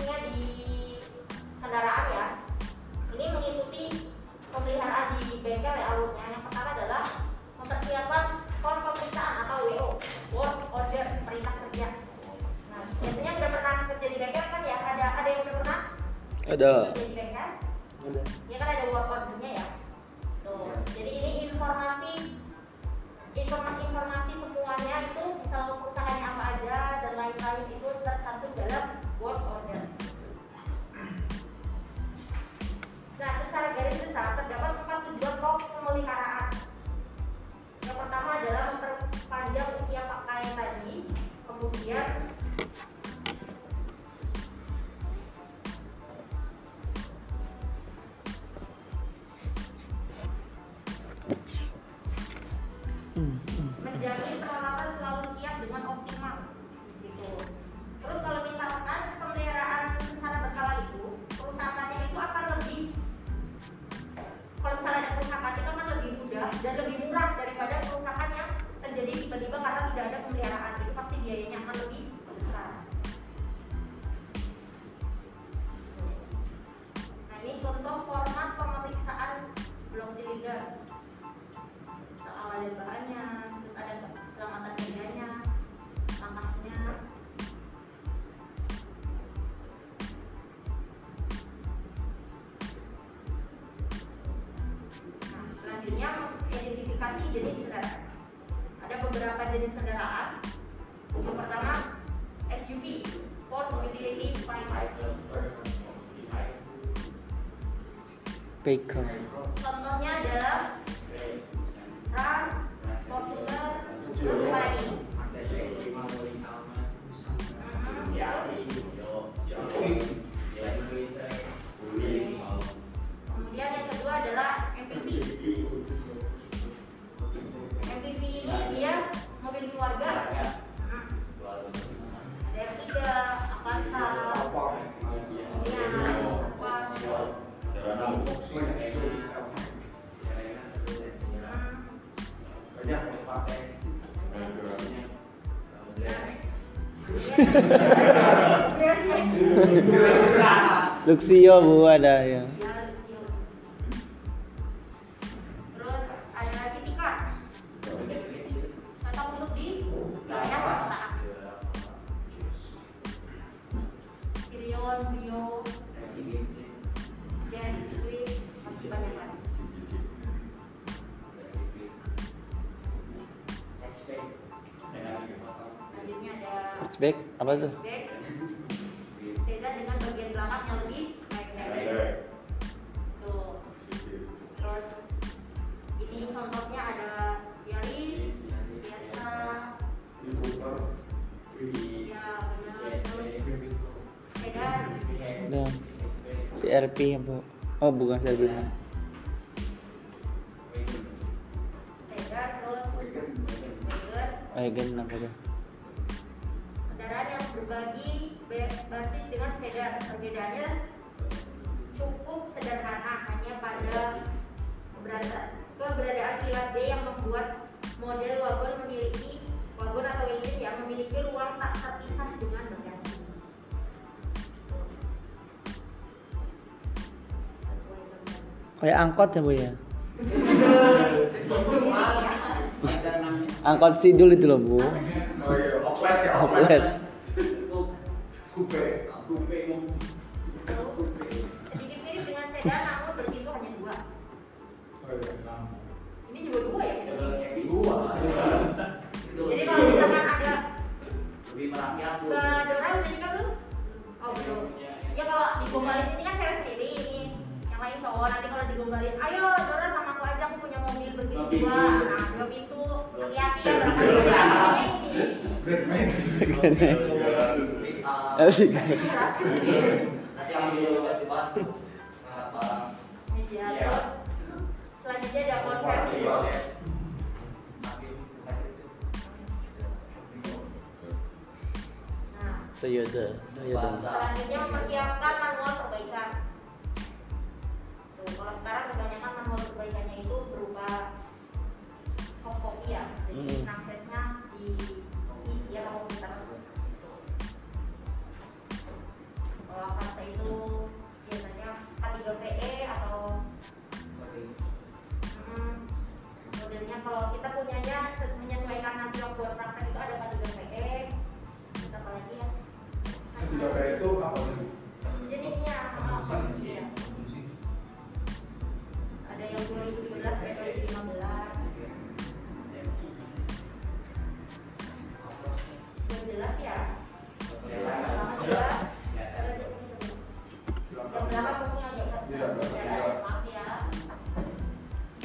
khususnya di kendaraan ya. Ini mengikuti pemeliharaan di bengkel ya alurnya. Yang pertama adalah mempersiapkan form pemeriksaan atau WO, work order, perintah kerja. Nah, biasanya udah pernah kerja di bengkel kan ya? Ada yang udah pernah? Ada. Kerja di bengkel? Ada. Ya kan ada work ordernya ya. Tuh, jadi ini informasi semuanya itu misal perusahaannya apa aja dan lain-lain itu tercantum dalam work order. Nah, secara garis besar terdapat 4 tujuan pokok pemeliharaan. Yang pertama adalah memperpanjang usia pakaian tadi, kemudian menjamin peralatan selalu siap dengan optimal gitu. Terus kalau misalkan pemeliharaan secara berkala itu perusahaannya itu akan lebih, kalau misalnya ada perusahaan itu akan lebih mudah dan lebih murah daripada perusahaan yang terjadi tiba-tiba karena tidak ada pemeliharaan. Itu pasti biayanya akan lebih besar. Nah, ini contoh format pemeriksaan blok silinder. Soal dan bahannya, terus ada keselamatan kerjanya, langkahnya. Nah, selanjutnya identifikasi jenis kendaraan. Ada beberapa jenis kendaraan. Yang pertama SUV, Sport Mobility Vehicle. Contohnya adalah Ras, Fortuner, apa lagi? Kemudian yang kedua adalah MPV. MPV ini dia mobil keluarga. Ada R3, Avanza, Luxio Bu ada ya. Terus ada City Car. Cocok untuk di wilayah kota. Sirion, Brio, dan Swift, masih banyak lagi. Selanjutnya ada Hatchback apa tuh? hatchback, sedan dengan bagian belakang yang lebih lebar. Tuh. Terus ini contohnya ada Yaris, Fiesta, ya benar. Terus sedan, Ada. CRP Bu. Oh bukan CRP. sedan, terus wagon. Wagon apa tuh? Kendaraan yang berbagi basis dengan sedan, perbedaannya cukup sederhana, hanya pada keberadaan pilar D yang membuat model wagon atau wagon yang memiliki ruang tak terpisah dengan bagasi. Sesuai dengan Kayak angkot ya Bu ya? Angkot sidul itu loh Bu. Oplet. sedikit mirip dengan sedan, namun bersih itu hanya 2. Ini juga 2 ya? Jadi kalau misalkan ada Dora udah nikah belum? Oh belum. Ya kalau digombalin ini kan saya sendiri ini, yang lain cowok. Nanti kalau digombalin, ayo Dora sama aku aja, aku punya mobil berbintang 2. Nah 2 pintu, hati-hati ya barangkali besarnya ini. Nanti ambil bantu ngangkat barang. Iya. Terus selanjutnya ada convertible. Nah, Toyota. selanjutnya mempersiapkan manual perbaikan. Tuh, kalau sekarang kebanyakan manual perbaikannya itu berupa soft copy ya, jadi aksesnya di PC atau komputer. Tuh. Kalau akan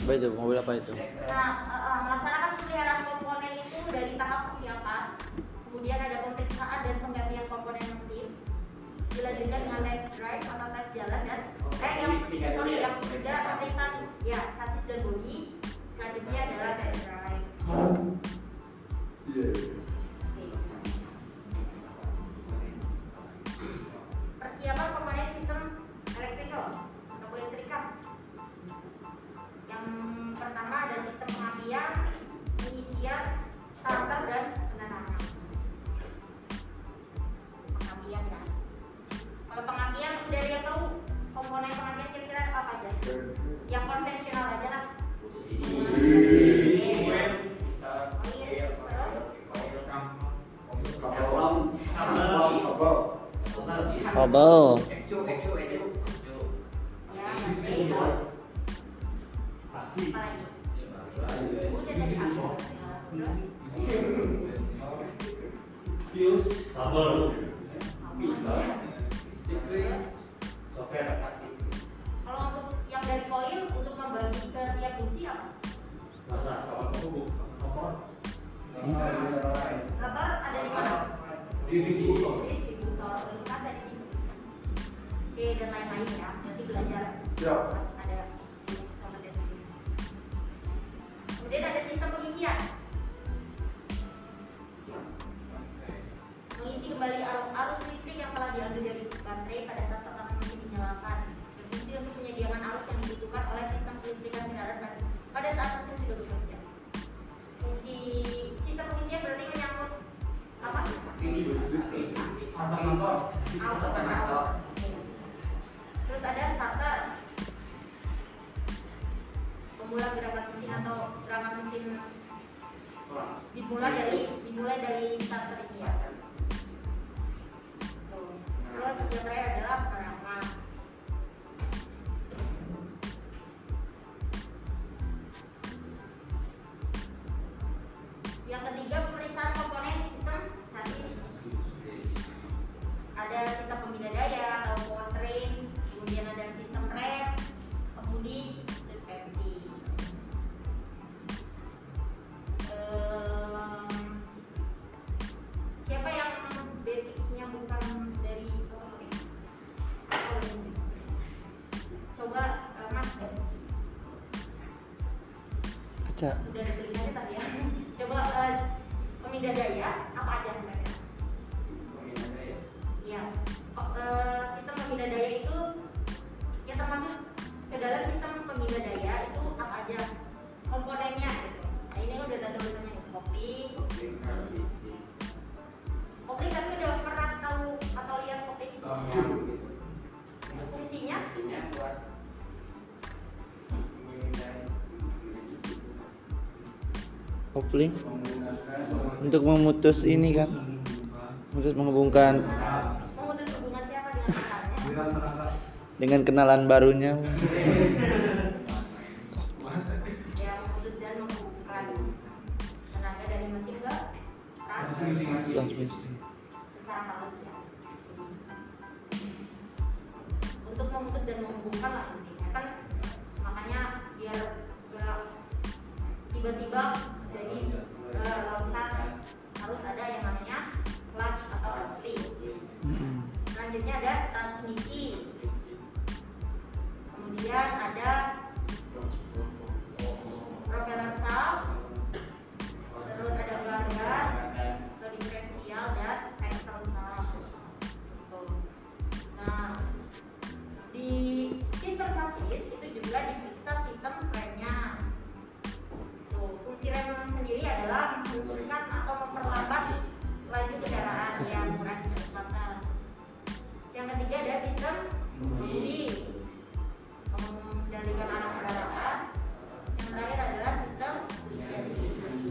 Apa itu? Mobil apa itu? Nah, melaksanakan pemeliharaan komponen itu dari tahap persiapan, kemudian ada pemeriksaan dan penggantian komponen mesin, dilanjutkan dengan test drive atau tes jalan dan yang ketiga pemeriksaan ya chassis dan bodi, selanjutnya adalah test drive. Persiapan komponen sistem elektrikal atau listrikan. Yang pertama ada sistem pengapian, pengisian, starter dan penerangan. Pengapian ya. Kalau pengapian udah dia tahu komponen pengapian kira-kira apa aja? Yang konvensional aja lah. Kabel. Ya, masih. Apa lagi? Udah tadi apa? Fuse, kabel, Kalau untuk yang dari koil untuk membagi ke tiap busi apa? masa kawan kompor, Rotor ada di mana? di distributor. Distributor, lunas ada di sini. Oke, dan lain-lain ya. Nanti belajar Ya. pas ada kompetensi. Kemudian ada sistem pengisian. Mengisi kembali arus listrik yang telah diambil dari baterai pada saat pertama mesin dinyalakan. Berfungsi untuk menyediakan arus yang dibutuhkan oleh sistem kelistrikan kendaraan pada saat mesin sudah bekerja. Fungsi sistem pengisian berarti menyangkut apa? Alternator. Terus ada starter. Pemula gerakan mesin atau gerakan mesin dimulai dari starter ini ya. Terus yang terakhir adalah penerangan. Yang ketiga pemeriksaan komponen sistem chassis. Ada sistem pembina daya atau powertrain, kemudian ada sistem rem, kemudi, suspensi. Siapa yang basicnya bukan dari otomotif? Coba Mas, Kaca. udah ada tulisannya tadi ya. Coba pembina daya apa aja sebenarnya? Iya, sistem pembina daya itu yang termasuk ke dalam sistem pembina daya itu apa aja komponennya gitu. Nah ini udah ada tulisannya nih, kopling tapi udah pernah tahu atau lihat kopling fungsinya? Kopling untuk memutus ini kan, untuk menghubungkan Memutus hubungan siapa dengan pacarnya? dengan kenalan barunya. Ya memutus dan menghubungkan tenaga dari mesin ke Transmisi. secara halus ya. Untuk memutus dan menghubungkan lah intinya kan, makanya biar gak tiba-tiba jadi loncat, harus ada yang namanya clutch atau spring. Selanjutnya ada transmisi, kemudian ada propeller shaft, terus ada gardan atau diferensial dan axle shaft. Tuh. Nah, di sistem chassis itu juga diperiksa sistem remnya. Tuh, fungsi rem sendiri adalah menurunkan atau memperlambat laju kendaraan yang mengurangi kecepatan. Yang ketiga ada sistem kemudi, mengendalikan arah kendaraan. Yang terakhir adalah sistem suspensi.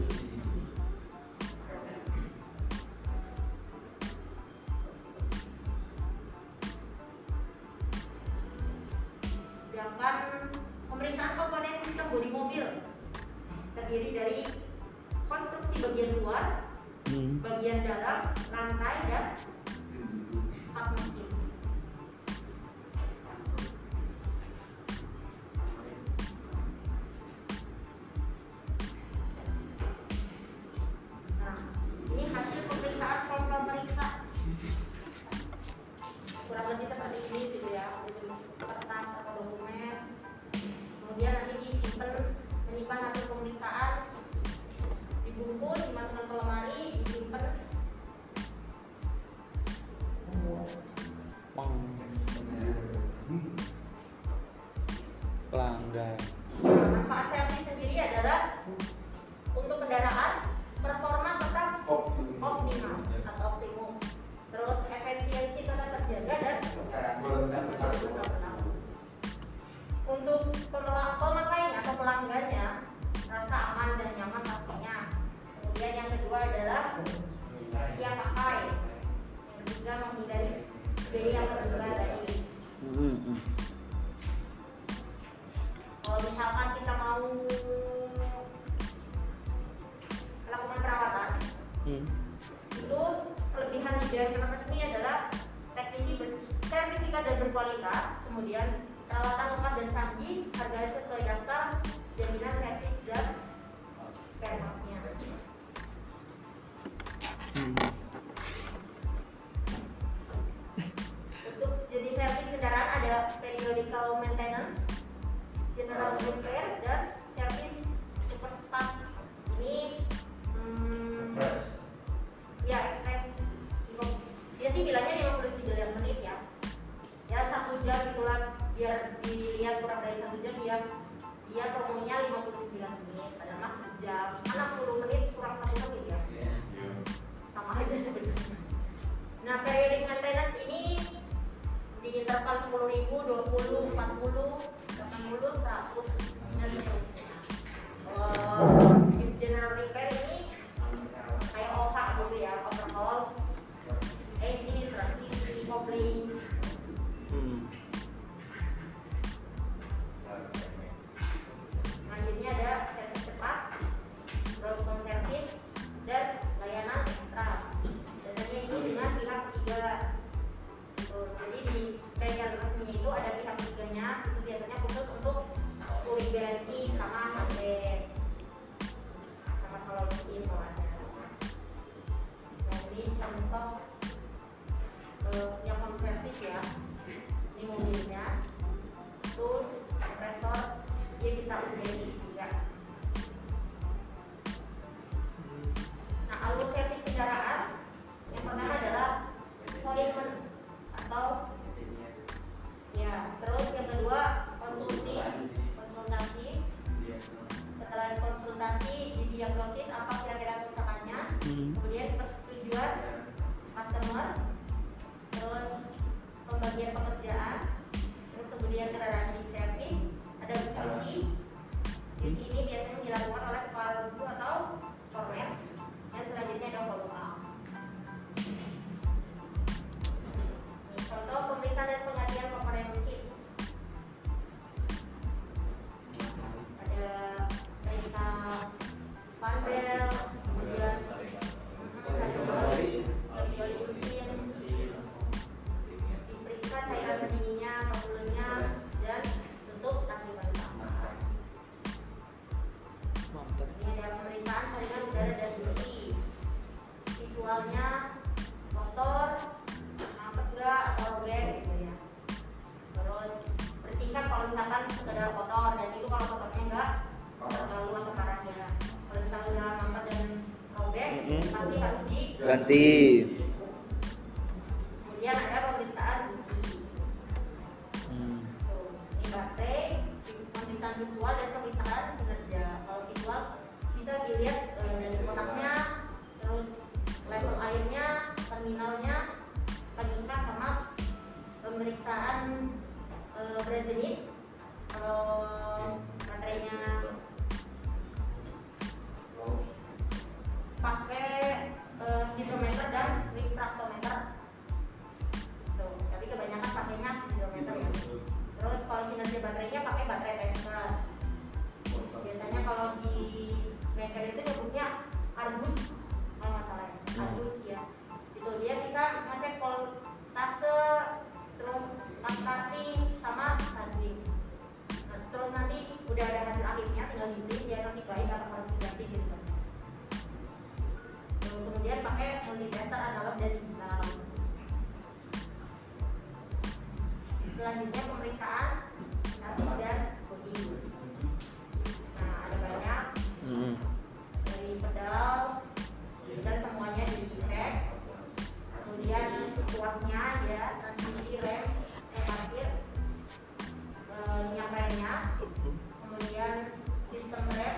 Sedangkan pemeriksaan komponen sistem bodi mobil terdiri dari konstruksi bagian luar, bagian dalam, lantai, dan part mesin. berkualitas, kemudian perawatan lengkap dan canggih, harganya sesuai daftar, jaminan servis dan spare part-nya. Untuk jenis servis kendaraan ada periodical maintenance, general repair, dan servis super cepat. Ini ya express. Dia sih bilangnya 59 menit ya. Ya 1 jam itulah, biar dilihat kurang dari 1 jam, dia promonya 59 menit, padahal mas jam 60 menit kurang 1 menit ya. Sama aja sebenarnya. Nah, periodic maintenance ini di interval 10.000, 20, 40, 80, 100 dan seterusnya. General repair ini kayak OHA gitu ya, overhaul, AD, transmisi, kopling. Selanjutnya ada servis cepat, terus servis dan layanan ekstra. Biasanya ini dengan pihak ketiga. Jadi di bengkel resminya itu ada pihak ketiganya, itu biasanya khusus untuk fluid balancing sama AC, sama salon mesin kalau ada. Nah, ini contoh yang home service ya. Ini mobilnya, terus kompresor, dia bisa UDI juga. Nah, alur servis kendaraan yang pertama adalah appointment atau ya, terus yang kedua konsultasi. Setelah konsultasi, didiagnosis apa kira-kira kerusakannya, kemudian persetujuan customer, terus pembagian pekerjaan, terus kemudian kendaraan di servis, ada QC. QC ini biasanya dilakukan oleh kepala ruko atau format, dan selanjutnya ada follow up. Contoh pemeriksaan dan penggantian komponen mesin. Ada periksa panel, kemudian oli mesin, diperiksa cairan pendinginnya, pembuluhnya, dan tutup akibat utama. Ini ada pemeriksaan saringan udara dan busi. Visualnya motor mampet enggak atau robek gitu ya. Terus bersihkan kalau misalkan sekedar kotor, dan itu kalau kotornya enggak terlalu atau parah ya. Kalau misalnya udah mampet dan robek, pasti harus Ganti. Kemudian ada pemeriksaan busi. Tuh, ini baterai, pemeriksaan visual dan pemeriksaan kinerja. Kalau visual bisa dilihat dari kotaknya, terus level airnya, terminalnya, pengikat, sama pemeriksaan berat jenis. Kalau baterainya pakai hidrometer dan refraktometer. Tuh, tapi kebanyakan pakainya hidrometer ya. Terus kalau kinerja baterainya pakai baterai tester. Biasanya kalau di bengkel itu nyebutnya Argus kalau nggak salah ya. Argus ya. Itu dia bisa ngecek voltase, terus pas starting sama charging. Nah, terus nanti udah ada hasil akhirnya, tinggal di dia nanti baik atau harus diganti gitu kan. Kemudian pakai multimeter analog dan digital. Selanjutnya pemeriksaan chassis dan bodi. Nah, ada banyak dari pedal dan semuanya dicek. Kemudian tuasnya ya, transmisi, rem, parkir, minyak remnya, kemudian sistem rem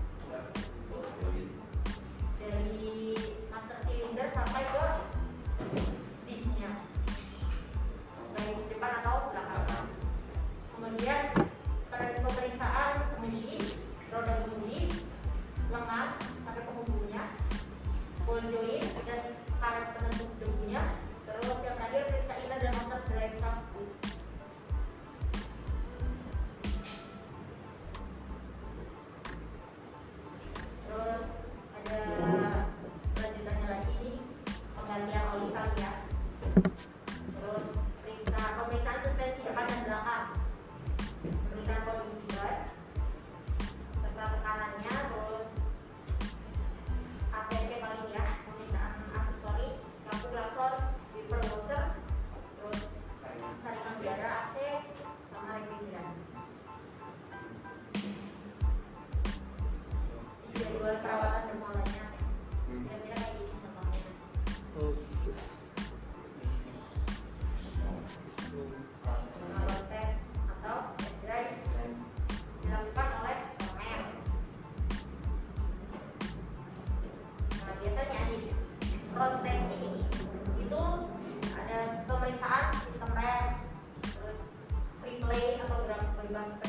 dari master cylinder sampai ke disknya, baik depan atau belakang. Kemudian pemeriksaan kemudi, roda kemudi, lengan sampai penghubungnya, ball joint dan karet penentu debunya. Terus yang terakhir periksa inner dan outer drive shaft. Terus ada lanjutannya lagi nih, penggantian oli kali ya. Terus pemeriksaan suspensi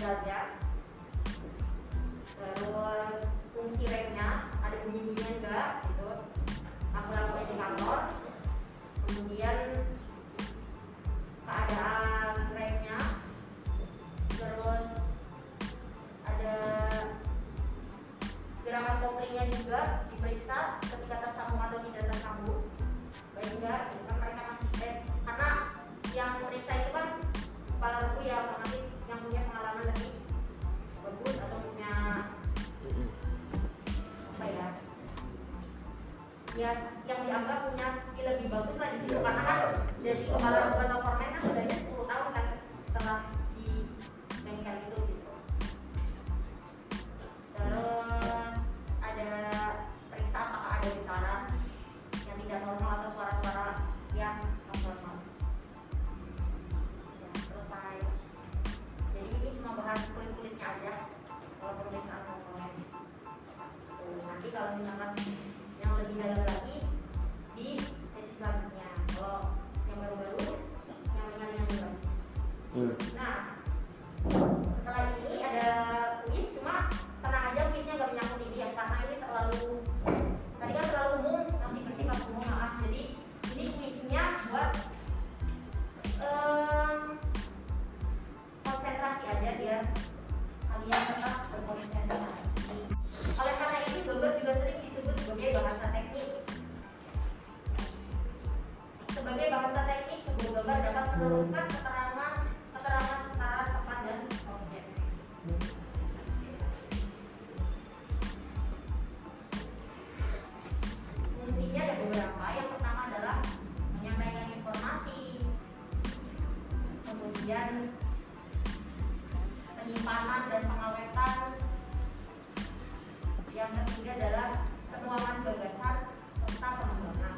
dalamnya. Terus fungsi remnya, ada bunyi-bunyian enggak gitu, lampu-lampu indikator. Kemudian keadaan remnya, terus ada gerakan koplingnya juga diperiksa ketika tersambung atau tidak tersambung, baik enggak, kan mereka masih karena yang periksa itu kan kepala regu ya, otomatis yang punya pengalaman lebih bagus atau punya apa ya yang dianggap punya skill lebih bagus lah di situ, karena kan dari kepala regu atau foreman kan sudahnya 10 tahun kan setelah di bengkel itu gitu. Terus ada periksa apakah ada getaran yang tidak normal atau suara-suara yang normal. Ya, selesai. Jadi ini cuma bahas kulit-kulitnya aja kalau pemeriksaan komponen. Nanti kalau misalkan yang lebih dalam lagi di sesi selanjutnya. Kalau yang baru-baru, yang ringan-ringan dulu. Nah, setelah ini ada kuis, cuma tenang aja kuisnya nggak menyangkut ini ya, karena ini terlalu tadi kan terlalu umum, masih bersifat umum maaf. Jadi ini kuisnya buat konsentrasi aja biar kalian tetap berkonsentrasi. Oleh karena itu gambar juga sering disebut sebagai bahasa teknik. Sebagai bahasa teknik, sebuah gambar dapat meneruskan keterangan secara tepat dan objek. Fungsinya ada beberapa. Yang pertama adalah menyampaikan informasi, kemudian penyimpanan dan pengawetan. Yang ketiga adalah penuangan gagasan serta pengembangan.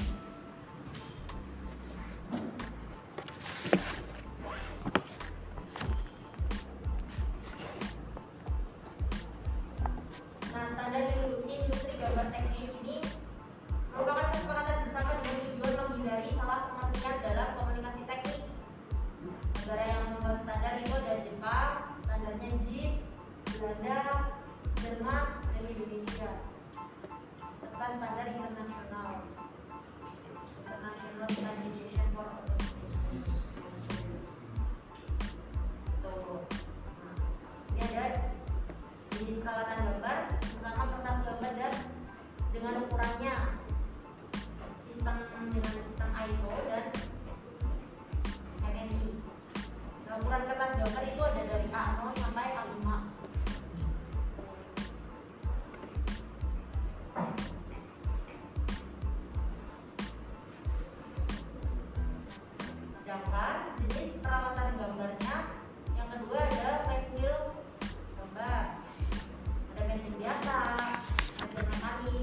Nah, standar industri gambar teknik ini merupakan kesepakatan bersama dengan tujuan menghindari salah pengertian dalam komunikasi teknik. Negara yang membuat standar itu ada Jepang, standarnya JIS, Belanda, Jerman, dan Indonesia. Serta standar internasional, International Standardization for Automation. Tuh. Nah, ini ada jenis peralatan gambar, pertama kertas gambar dan dengan ukurannya, dengan sistem ISO dan MNI. Nah, ukuran kertas gambar itu ada dari A0 sampai A5. Sedangkan jenis peralatan gambarnya yang kedua ada pensil gambar, ada pensil biasa, pensil mekanik.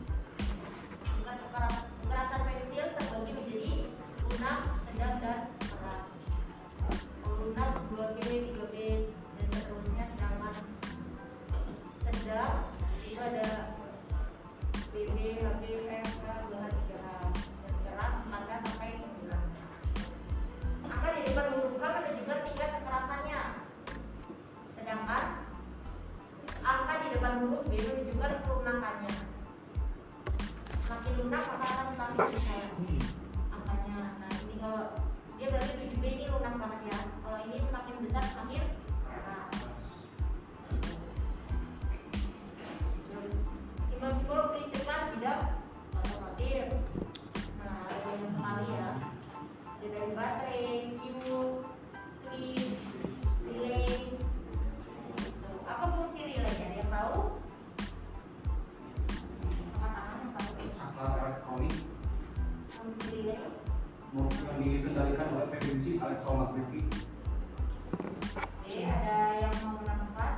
Kekerasan pensil terbagi menjadi lunak, sedang, dan keras. Lunak 2B, 3B, dan seterusnya. Sedangkan sedang itu ada BB, HB, F, K, 2H, 3H, dan keras 4H sampai 9. Angka di depan huruf K ada juga tingkat kekerasannya. Sedangkan angka di depan huruf B menunjukkan kelunakannya. Semakin lunak maka akan semakin besar angkanya. Nah, ini kalau dia berarti 7B ini lunak banget ya. Kalau ini semakin besar semakin keras. Simbol-simbol kelistrikan tidak otomotif. Nah, ada banyak sekali ya. Ada dari baterai, fuse, switch, relay. Apa fungsi relay? Ada yang tahu? Alat elektronik Fungsi relay yang dikendalikan oleh frekuensi elektromagnetik. Oke, ada yang mau menambahkan?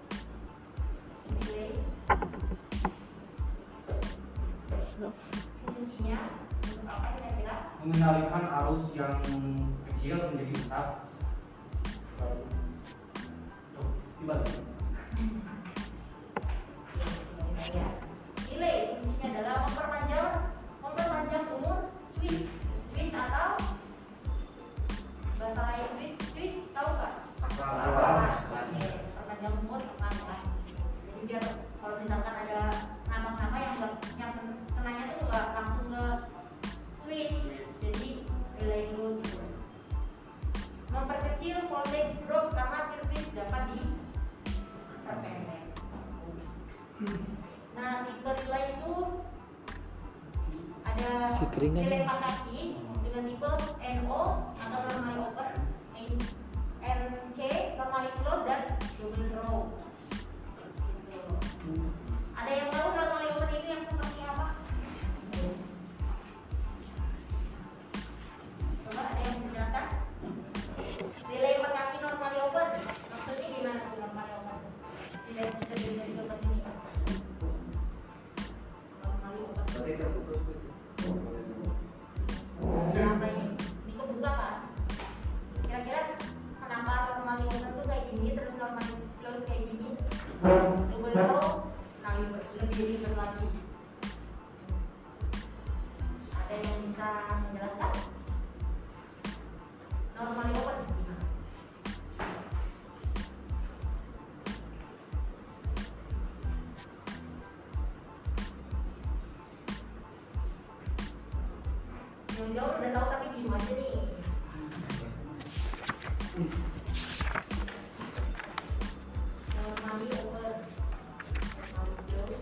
Relay fungsinya untuk apa kira-kira? Mengendalikan arus yang kecil menjadi besar. Dibalik. Ya. Relay fungsinya adalah memperpanjang umur switch atau bahasa lain switch tahu nggak? Nah, tipe relay itu ada Si keringan relay ya. 4 kaki dengan tipe NO atau normally open, NC normally close, dan double throw. Gitu. Ada yang tahu normally open itu yang seperti apa? Coba ada yang menjelaskan? Relay 4 kaki normally open, maksudnya gimana tuh normally open? Tidak bisa seperti ini. Normally open. Berarti terputus gitu. Ya, apa ini? Ini kebuka kan? Kira-kira kenapa normally open tuh kayak gini, terus normally close kayak gini? Double throw, nah lebih ribet lagi. Ada yang bisa menjelaskan? Normally open gimana? Jauh-jauh udah tahu tapi diem aja nih. Normally open, normally close.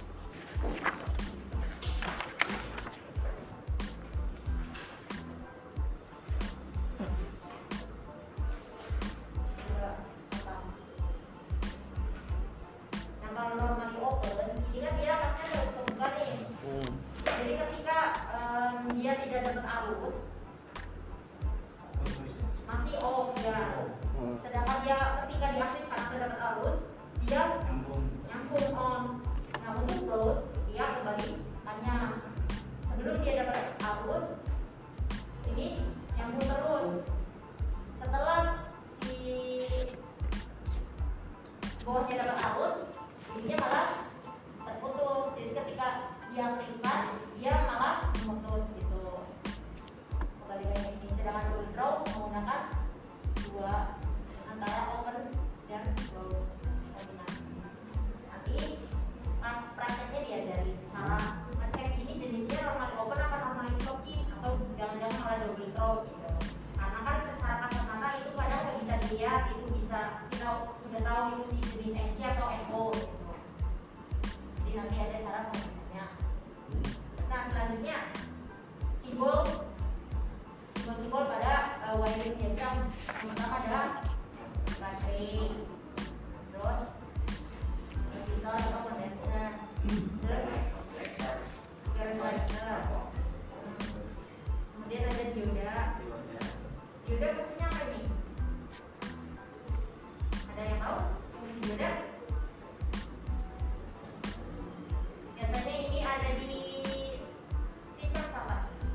Coba, apa? Nah, kalau normally open, ini kan dia atasnya udah kebuka nih. Jadi ketika dia tidak dapat arus, masih off ya. Sedangkan dia ketika diaktifkan sudah dapat arus, dia nyambung on. Nah, untuk close dia kebalikannya. Sebelum dia dapat arus, ini nyambung terus. Setelah si bawahnya dapat arus, ininya malah terputus. Jadi ketika dia aktifkan, dia malah memutus gitu. Kebalikannya ini. Sedangkan double throw menggunakan dua antara open dan close kombinasi. Nanti pas prakteknya diajarin cara ngecek ini jenisnya normally open apa normally close sih, atau jangan-jangan malah double throw gitu. Karena kan secara kasat mata itu kadang nggak bisa dilihat, itu bisa kita sudah tahu itu sih jenis NC atau NO gitu. Jadi nanti ada cara pengecekannya. Nah, selanjutnya simbol pada wiring diagram. Yang pertama adalah baterai, terus resistor atau kondenser, terus current lighter, kemudian ada dioda. Dioda fungsinya apa nih? Ada yang tahu fungsi dioda? Biasanya ini ada di sistem apa?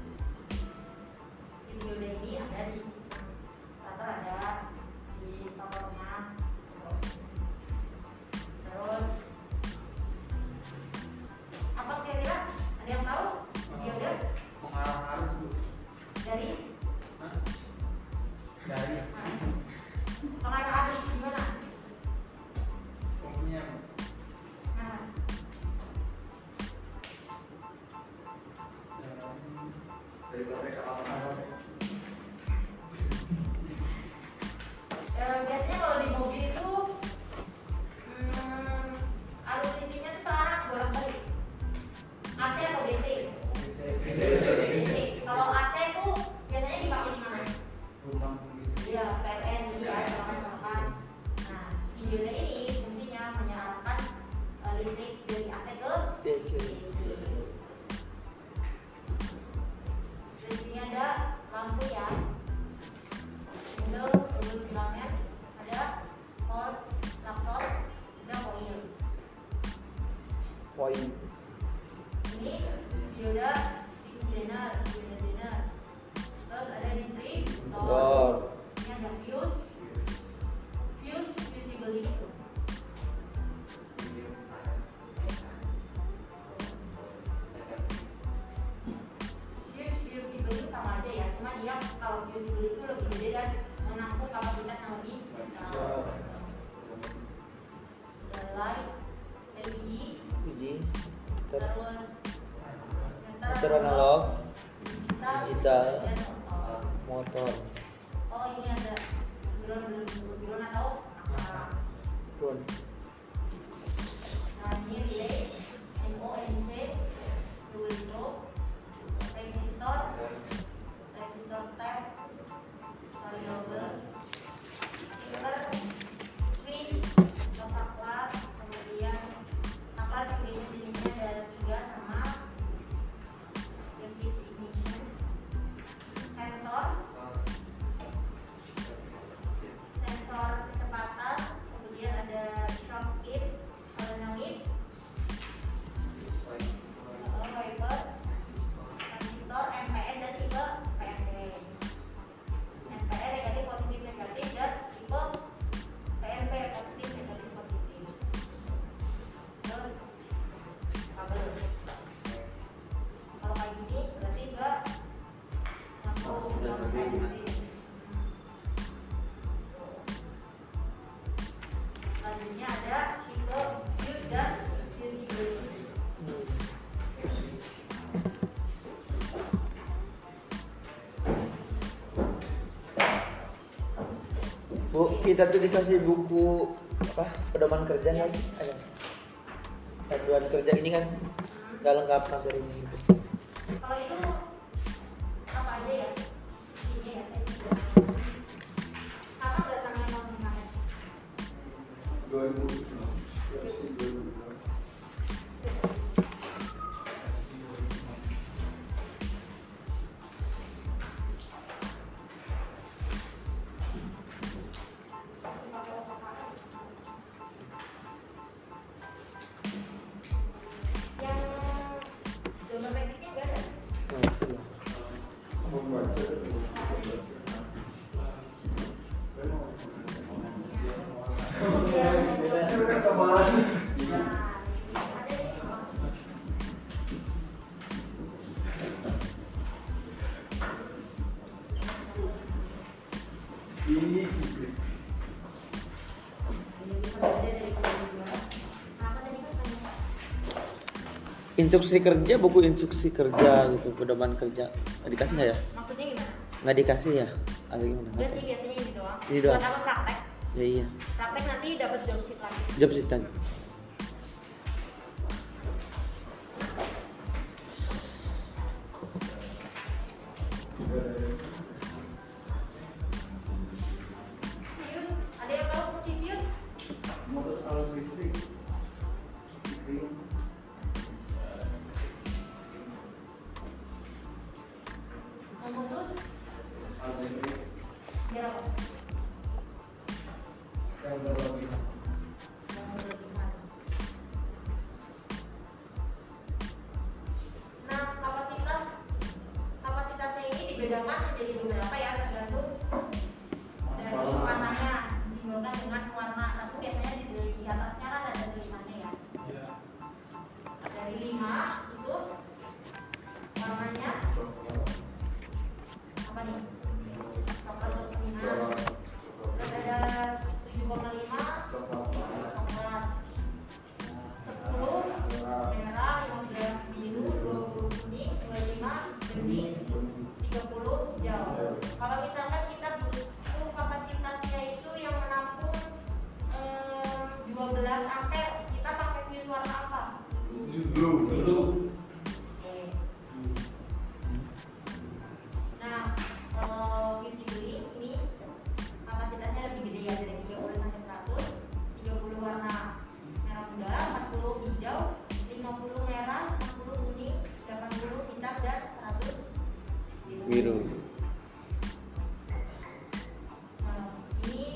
Dioda ini ada di atau ada di salurannya. Terus apa kira-kira? Ada yang tahu? Dioda Pengarah arus Bu. dari Dari pengarah arus gimana? fungsinya Nah, Dari baterai ke apa? biasanya kalau di mobil itu arus listriknya tuh searah bolak-balik. AC atau DC? DC. Kalau AC itu biasanya dipakai di mana? rumah listrik. Iya, PLN gitu ya, colokan. Nah, si dioda ini fungsinya mengarahkan listrik dari AC ke DC. DC. Di sini ada lampu ya. Window, dulu bilangnya ada port, laptop, ada coil. Poin. Ini dioda jener. Terus ada distrik, Tor. ini ada fuse visibility. Fuse visibility sama aja ya, cuma dia kalau visibility itu lebih gede dan menampung kapasitas yang lebih besar. Ada light, LED, Uji. terus Motor analog, digital, dan motor. motor. Oh, ini ada bilon atau apa? Pun. Nah, ini relay Selanjutnya ada tipe fuse dan fusibility. Bu, kita tuh dikasih buku apa? Pedoman kerja nggak sih? Ada. Panduan kerja ini kan nggak lengkap materinya gitu. Kalau itu apa aja ya? Isinya ya saya tidak. Sama nggak sama yang mau kemarin? 2000 versi 2000. Yang gambar tekniknya nggak ada. Nah, itu loh. Membaca ini Instruksi kerja, buku instruksi kerja gitu, pedoman kerja. Nggak dikasih nggak ya? Maksudnya gimana? Nggak dikasih ya? Atau gimana? Enggak sih, biasanya ini doang. Ini doang. Buat apa praktek? Ya iya. Praktek nanti dapat job sheet lagi. Job sheet tadi. Fuse, ada yang tahu fungsi fuse? motor alat listrik. Listrik. Memutus, Alat listrik. biar apa? Yang berlebihan. Yang berlebihan. Nah, kapasitasnya ini dibedakan menjadi beberapa ya, tergantung dari warnanya, disimbolkan dengan warna. Tapi biasanya di atasnya kan ada tulisannya ya. Ya. Dari 5 itu warnanya apa nih? Coklat dominan. Terus ada 7,5 coklat, 10 merah, 15 biru, 20 kuning, 25 bening, 30 hijau. Kalau misalkan kita butuh kapasitasnya itu yang menampung 12 ampere, kita pakai fuse warna apa? Dulu. Oke. Nah, kalau fusibility ini kapasitasnya lebih gede ya, dari 30 sampai 100. 30 warna merah muda, 40 hijau, 50 merah, 60 kuning, 80 hitam dan 100 Biru. Nah, ini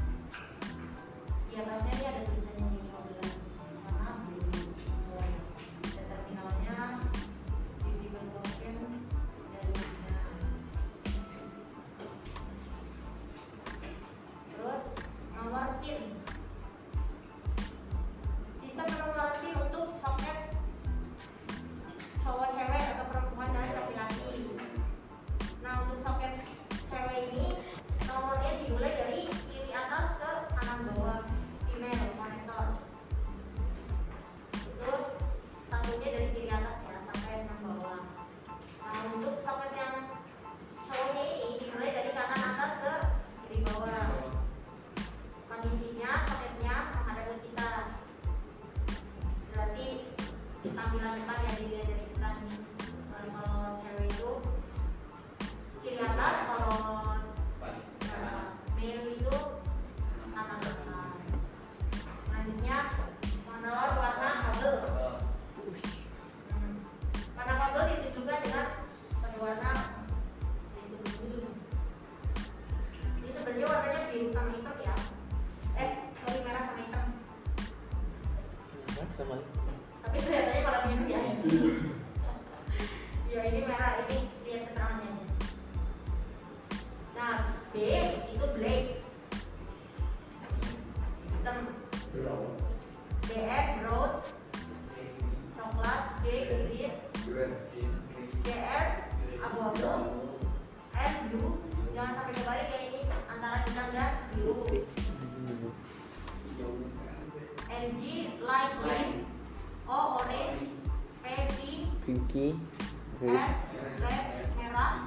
di atasnya ini ada tulisannya 15 warna biru. Dan terminalnya visible token dari sini. Terus nomor pin. Sistem nomor pin untuk soket cowok cewek atau perempuan dan laki-laki. Nah, untuk soket cewek ini nomornya dimulai dari kiri atas ke kanan bawah, female konektor. Itu satunya dari kiri atas ya sampai kanan bawah. Nah, untuk soket yang cowoknya ini dimulai dari kanan atas ke kiri bawah. Kondisinya soketnya menghadap ke kita. Berarti tampilan depan yang dilihat dari kita nih. Kalau cewek itu kiri atas, kalau male itu kanan belakang. Selanjutnya mengenal warna kabel. Warna kabel ditunjukkan dengan pada warna biru. Ini sebenarnya warnanya biru sama hitam ya. Sorry, merah sama hitam. Sama. Tapi kelihatannya malah biru ya. Ya ini merah, ini lihat keterangannya. Nah, B itu black, hitam. BF brown, coklat. G green, GR abu-abu, S blue. Jangan sampai kebalik kayak ini antara hitam dan biru. pinky. R red merah,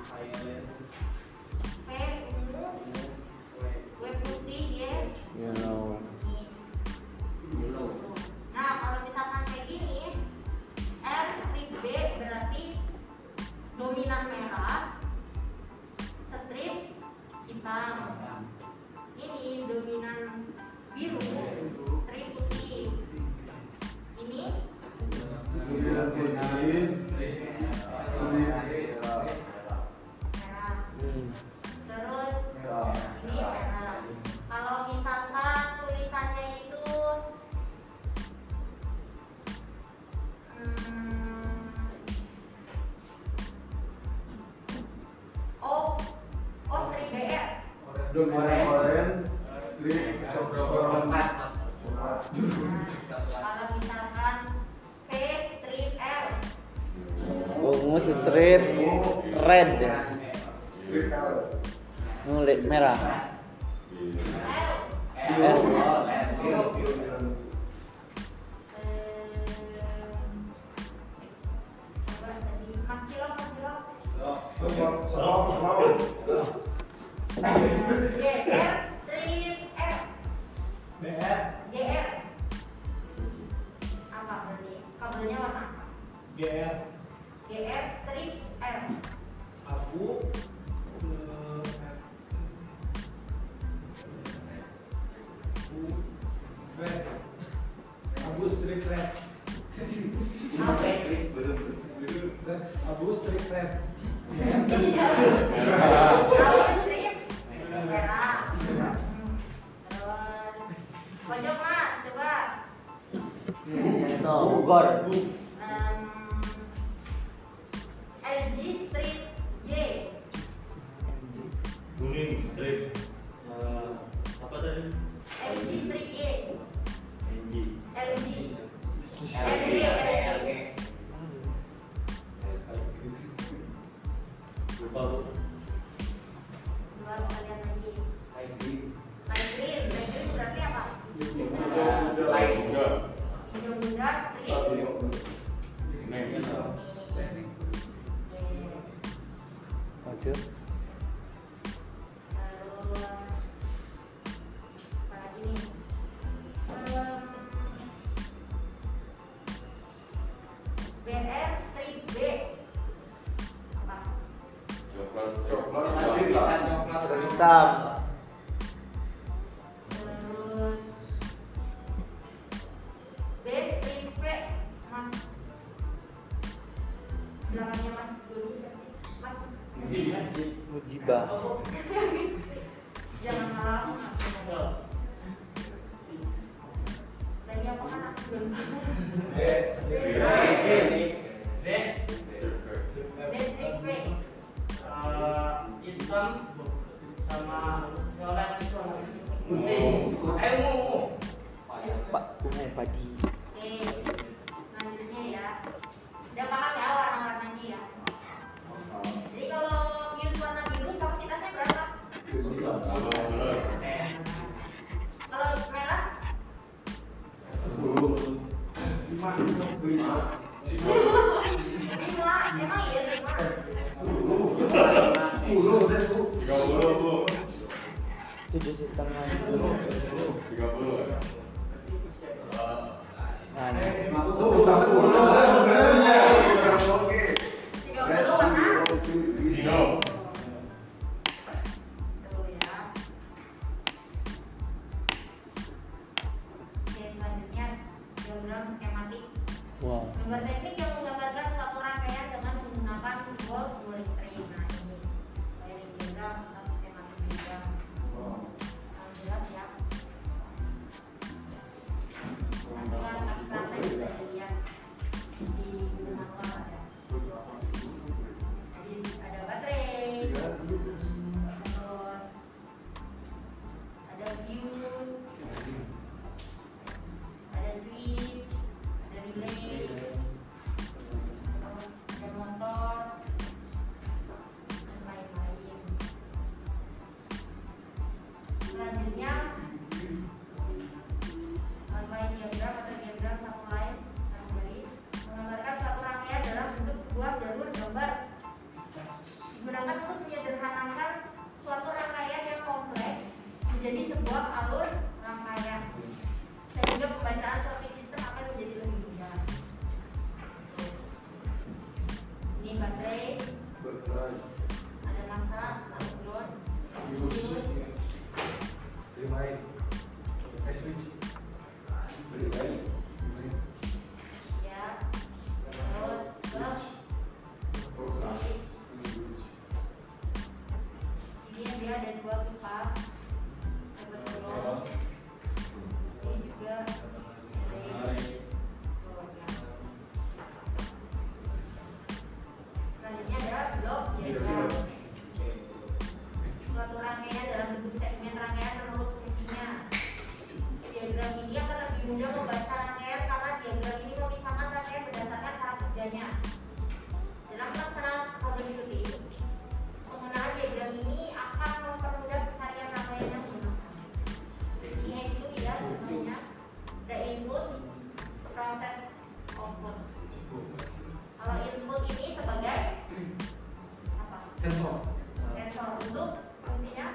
P ungu, W putih, Y Yellow. ini. Nah kalau misalkan kayak gini, R strip B berarti dominan merah, strip hitam. Ini dominan biru, strip putih. Ini merah. Terus ini merah. Kalau misalkan tulisannya itu O strip BR. Orange, strip, coklat. Kalau misalkan V strip L. Ungu strip red. Strip L. Ngulik merah. L. L. Coba tadi Mas Cilok. GR strip R. GR. Apa berarti? Kabelnya warna apa? GR strip R. Abu strip red. Abu strip red. Kabel strip merah. Terus pojok Mas, coba. Bogor. LG strip Y. Kuning strip apa tadi? LG strip Y. NG. LG. LG. Lupa bu. Dua kalian lagi. Light green. Light green berarti apa? Hijau muda strip. Maju. Terus apa lagi nih? BR strip B. Apa? Coklat, strip Strip hitam. Terus B strip V. Mas. Belakangnya Mas Dodi siapa sih? Mas Mujibah. Jangan malah aku. Tadi apa kan aku belum D strip V. Hitam sama violet itu. Pak ungu padi. Oke, selanjutnya ya. Udah paham ya warna-warnanya ya. Jadi kalau fuse warna biru kapasitasnya berapa? Kalau merah? 5. Emang iya 5? 7,5. Nah, 30 warna? Tuh ya. Oke, selanjutnya diagram skematik. wow. Gambar teknik yang menggambarkan suatu rangkaian dengan menggunakan simbol listrik. Nah ini wiring diagram atau skematik diagram. Jelas ya. Nanti kan praktek bisa dilihat di buku manual ada. Jadi ada baterai, terus ada fuse, ada switch, ada relay, terus ada motor, switch. ya, terus ke ini dia ada dua kipas, dapat belum, ini juga relay. Selanjutnya adalah blok diagram. Suatu rangkaian dalam bentuk segmen rangkaian menurut fungsinya. Diagram ini akan lebih mudah membaca rangkaian karena diagram ini memisahkan rangkaian berdasarkan cara kerjanya. Dalam pelaksanaan problem studi, penggunaan diagram ini akan mempermudah pencarian rangkaian yang menggunakan. Fungsinya itu ya, contohnya ada input, proses, output. Kalau input ini sebagai apa? Sensor. Sensor untuk fungsinya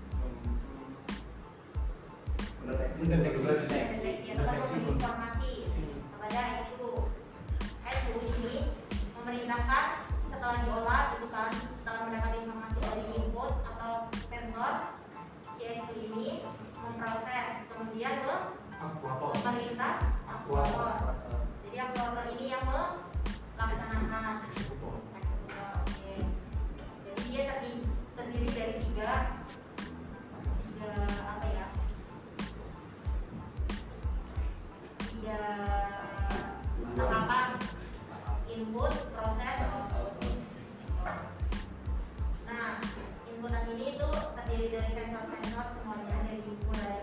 deteksi atau memberi informasi kepada itu. SU ini memerintahkan setelah diolah itu kan, setelah mendapat informasi dari input atau sensor, CXU ini memproses kemudian memerintah aktuator. Jadi aktuator ini yang melaksanakan eksekutor. Oke. Jadi dia terdiri dari tiga apa ya? Tiga tahapan: input, proses, output. Nah, inputan ini itu terdiri dari sensor-sensor semuanya, dari mulai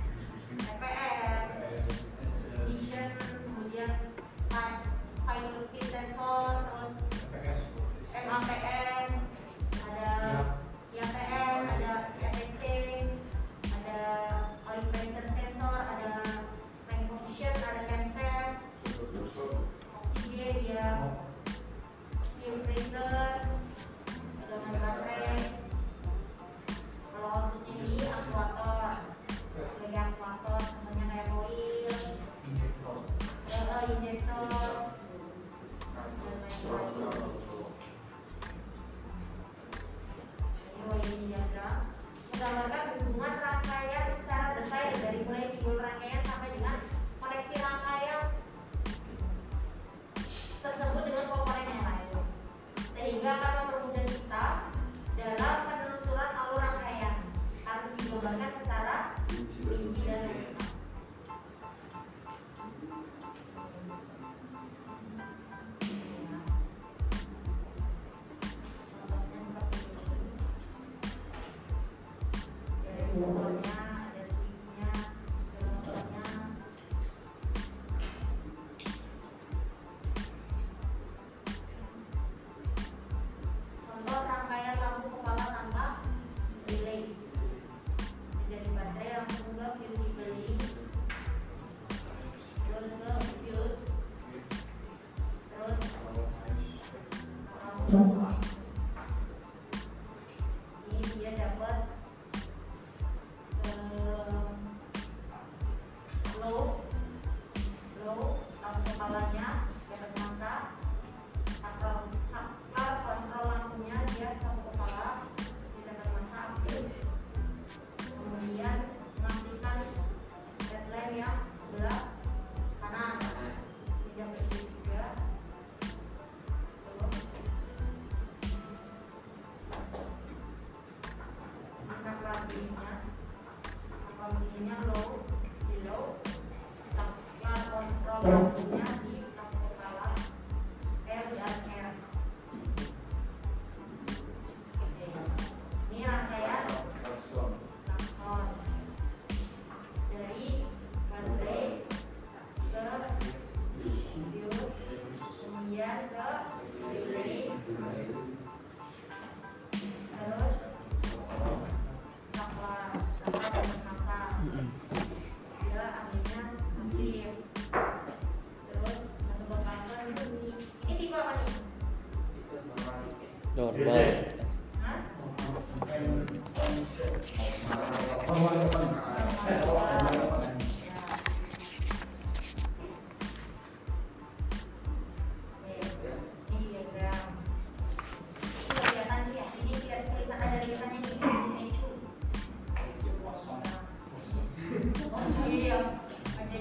TPS, vision, kemudian final speed sensor, terus MAPS, ada IAPN, ada IATC, ada oil pressure sensor, ada range position, ada ChemSense, oksigen, dia fuel pressure, tegangan baterai. Kalau output ini aktuator, sebagai aktuator, contohnya kayak oil, injektor, dan lain-lain. Ini diagram menggambarkan hubungan rangkaian secara detail dari mulai simbol rangkaian sampai dengan koneksi rangkaian tersebut dengan komponen yang lain, sehingga akan mempermudah kita dalam penelusuran alur rangkaian harus digambarkan secara rinci dan lengkap. Contohnya ada switchnya, ada motornya. Contoh rangkaian lampu kepala tanpa relay. Dari baterai langsung ke fusible link, terus ke fuse, terus ini dia dapat low lampu kepalanya dapat masa saklar kontrol lampunya, dia lampu kepala dia dapat masa aktif, kemudian mengaktifkan headlamp yang sebelah kanan ini dapat ini juga. Saklar bunyinya low, di low, saklar kontrol lampunya di lampu kepala, R dan R. Oke. Ini rangkaian klakson dari baterai ke fuse, kemudian ke relay, terus saklar masa dia anginnya aktif, terus masuk ke klakson bunyi. Ini tipe apa nih? Normal. Hah? Ini diagram. Ini kelihatan ya. Ini tulisan ada tulisannya nih. Ini ECU. Iya.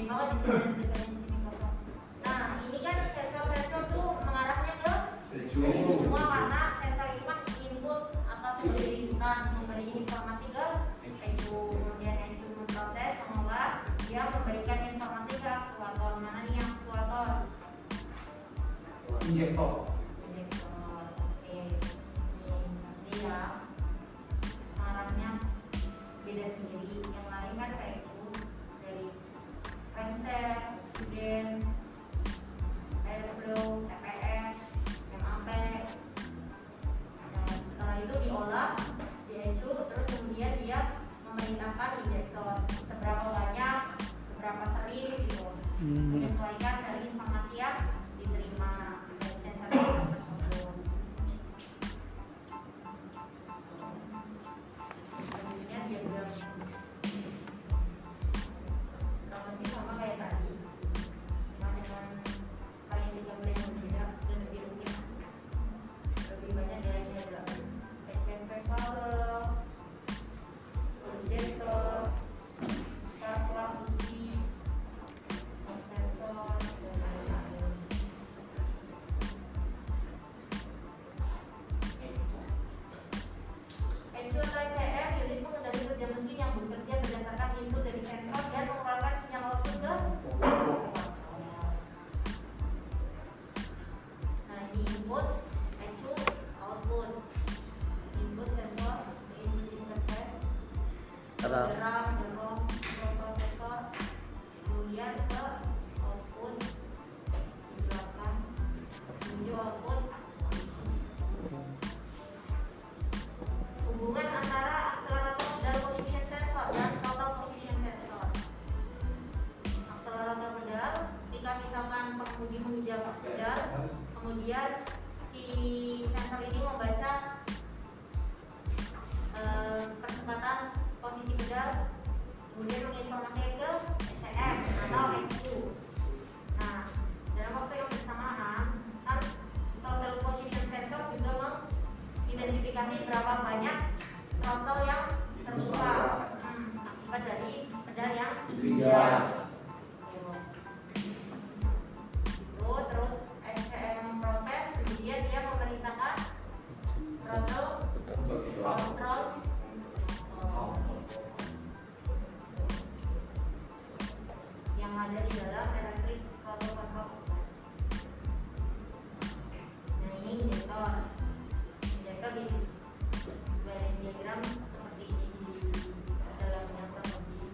bawah di sini tulisannya di sini kosong. Nah ini kan sensor tuh mengarahnya ke semua karena sensor itu kan input atau sebagai inputan memberi informasi ke ECU, kemudian ECU memproses, mengolah, dia memberikan informasi ke aktuator. Mana nih yang aktuator? Injektor. Oke, ini ya arahnya beda sendiri. Yang lain kan kayak itu dari genset, oksigen, airflow, TPS, MAP. Nah, setelah itu diolah di ECU, terus kemudian dia memerintahkan injektor seberapa banyak, seberapa sering gitu, menyesuaikan dari informasi yang diterima dari sensor tersebut. Selanjutnya diagram kurang lebih sama kayak tadi, cuma dengan variasi gambar yang berbeda dan lebih rumit. Lebih banyak dari ada HMP valve, injektor, kalkulasi, sensor, dan lain-lain. ECU atau ECM unit pengendali kerja mesin yang bekerja berdasarkan input dari sensor dan mengeluarkan sinyal output ke nah ini input, ECU, output. Input sensor, input interface, Ada RAM, ROM, prosesor, kemudian ke output di belakang menuju output. Hubungan antara akselerator pedal position sensor dan total position sensor. Akselerator pedal ketika misalkan pengemudi menginjak pedal, kemudian si sensor ini membaca percepatan posisi pedal, kemudian menginformasikan ke ECM atau ECU. Nah, dalam waktu yang bersamaan kan total position sensor juga mengidentifikasi berapa banyak throttle yang terbuka akibat dari pedal yang dipinjam. Itu terus ECM memproses, kemudian dia memerintahkan throttle kontrol yang ada di dalam electric throttle control. Nah ini injektor. Injektor di bagian diagram seperti ini di dalamnya kurang lebih.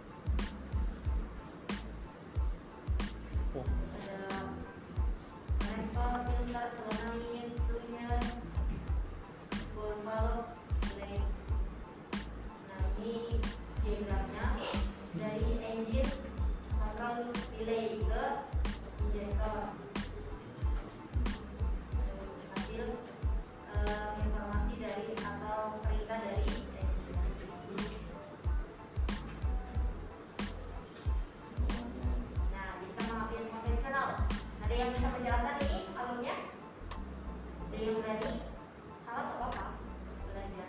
Ada connector, filter, solenoid, cleaner, ball valve, relay. Nah ini diagramnya dari engine control relay ke injektor. Hasil informasi dari atau perintah dari engine. Nah bisa mengambil konvensional. Ada yang bisa menjelaskan ini alurnya? Ada yang berani? Salah atau apa? Belajar.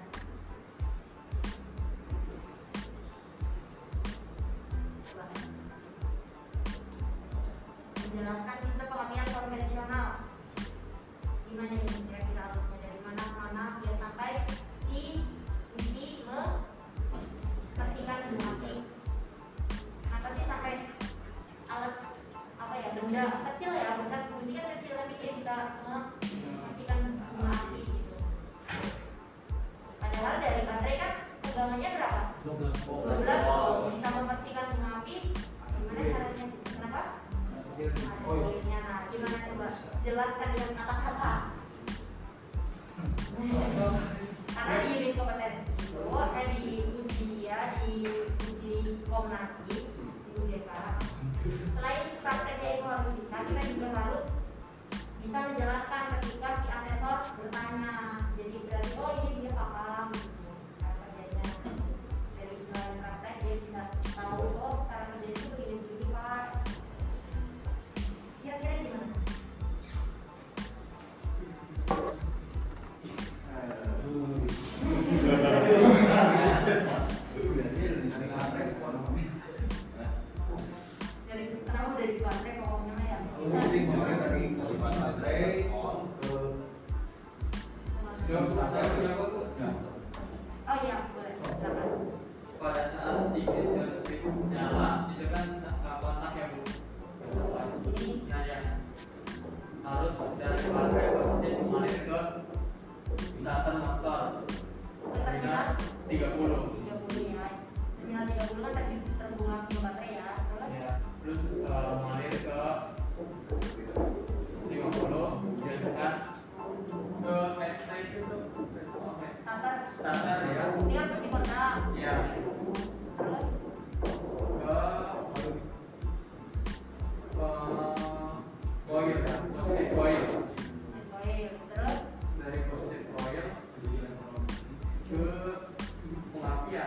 Menjelaskan sistem pengambilan konvensional. Gimana ini kira-kira alurnya, dari mana ke mana biar sampai si busi membersihkan bunga. Apa sih sampai alat apa ya, benda kecil ya, besar busi kan kecil tapi dia bisa membersihkan bunga api gitu. Padahal dari baterai kan tegangannya berapa? 12 volt. Bisa membersihkan bunga api. Gimana caranya? Kenapa? Ada poinnya. Nah, gimana coba jelaskan dengan kata-kata. Karena di unit kompetensi itu diuji ya, diuji Komnati, di UJK. Selain prakteknya itu harus bisa, kita juga harus bisa menjelaskan ketika si asesor bertanya. Jadi berarti oh ini dia paham gitu cara kerjanya. Dari selain praktek dia bisa tahu oh cara kerja itu begini-begini Pak. Kira-kira gimana? Dari baterai pokoknya mah ya. Jadi kemarin tadi kasih baterai on ke Oh iya, boleh. Silakan. Pada saat ignition switch nyala itu kan kontak ya Bu. Nah ya harus dari baterai positif mengalir ke starter motor Terminal 30 ya. Terminal 30 kan terhubung ke baterai ya. Terus ya, terus mengalir ke 50 dialihkan ke ST itu starter ya ini kan kunci kontak. ya Terus ke coil ya positif coil terus dari positif coil ke pengapian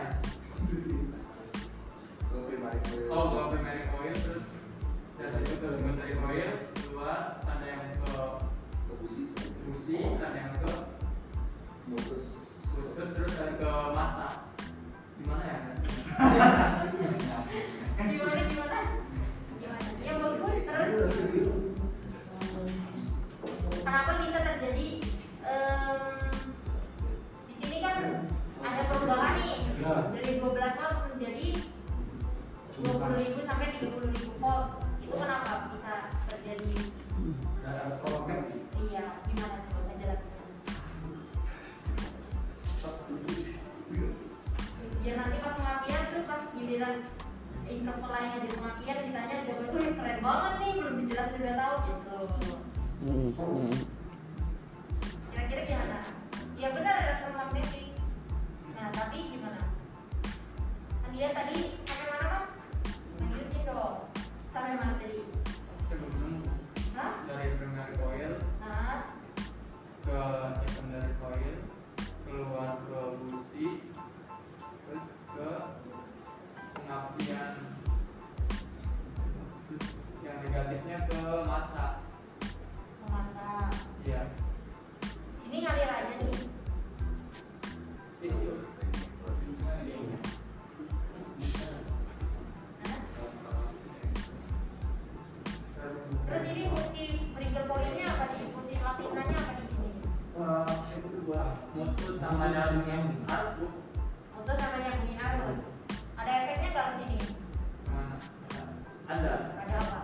ke primary coil. oh ke primary coil terus dari itu ke secondary coil keluar ada yang ke busi ada yang ke Mutus. khusus terus ada ke masa gimana ya gimana? Yang bagus terus. Kenapa bisa terjadi di sini kan ada perubahan nih dari 12 volt menjadi 20.000 sampai 30.000 volt. Itu kenapa bisa terjadi? Iya, gimana coba menjelaskan? Biar nanti pas pengapian tuh pas giliran instruktur lainnya di pengapian ditanya udah betul keren banget nih belum dijelasin udah tahu gitu. Kira-kira gimana? Ya benar elektromagnetik. Nah tapi gimana? Kan dia tadi sampai mana mas? Lanjutin dong. Sampai mana tadi? Hah? dari primary coil Nah, ke secondary coil keluar ke busi terus ke pengapian yang negatifnya ke massa memasak. iya Ini ngalir aja nih. itu Nah, terus ini fungsi breaker pointnya apa nih? Fungsi lapisannya apa di sini? mutus sama nyambungnya arus Bu. Untuk sama nyambungin arus. Ada efeknya nggak di sini? Nah, ada Ada apa?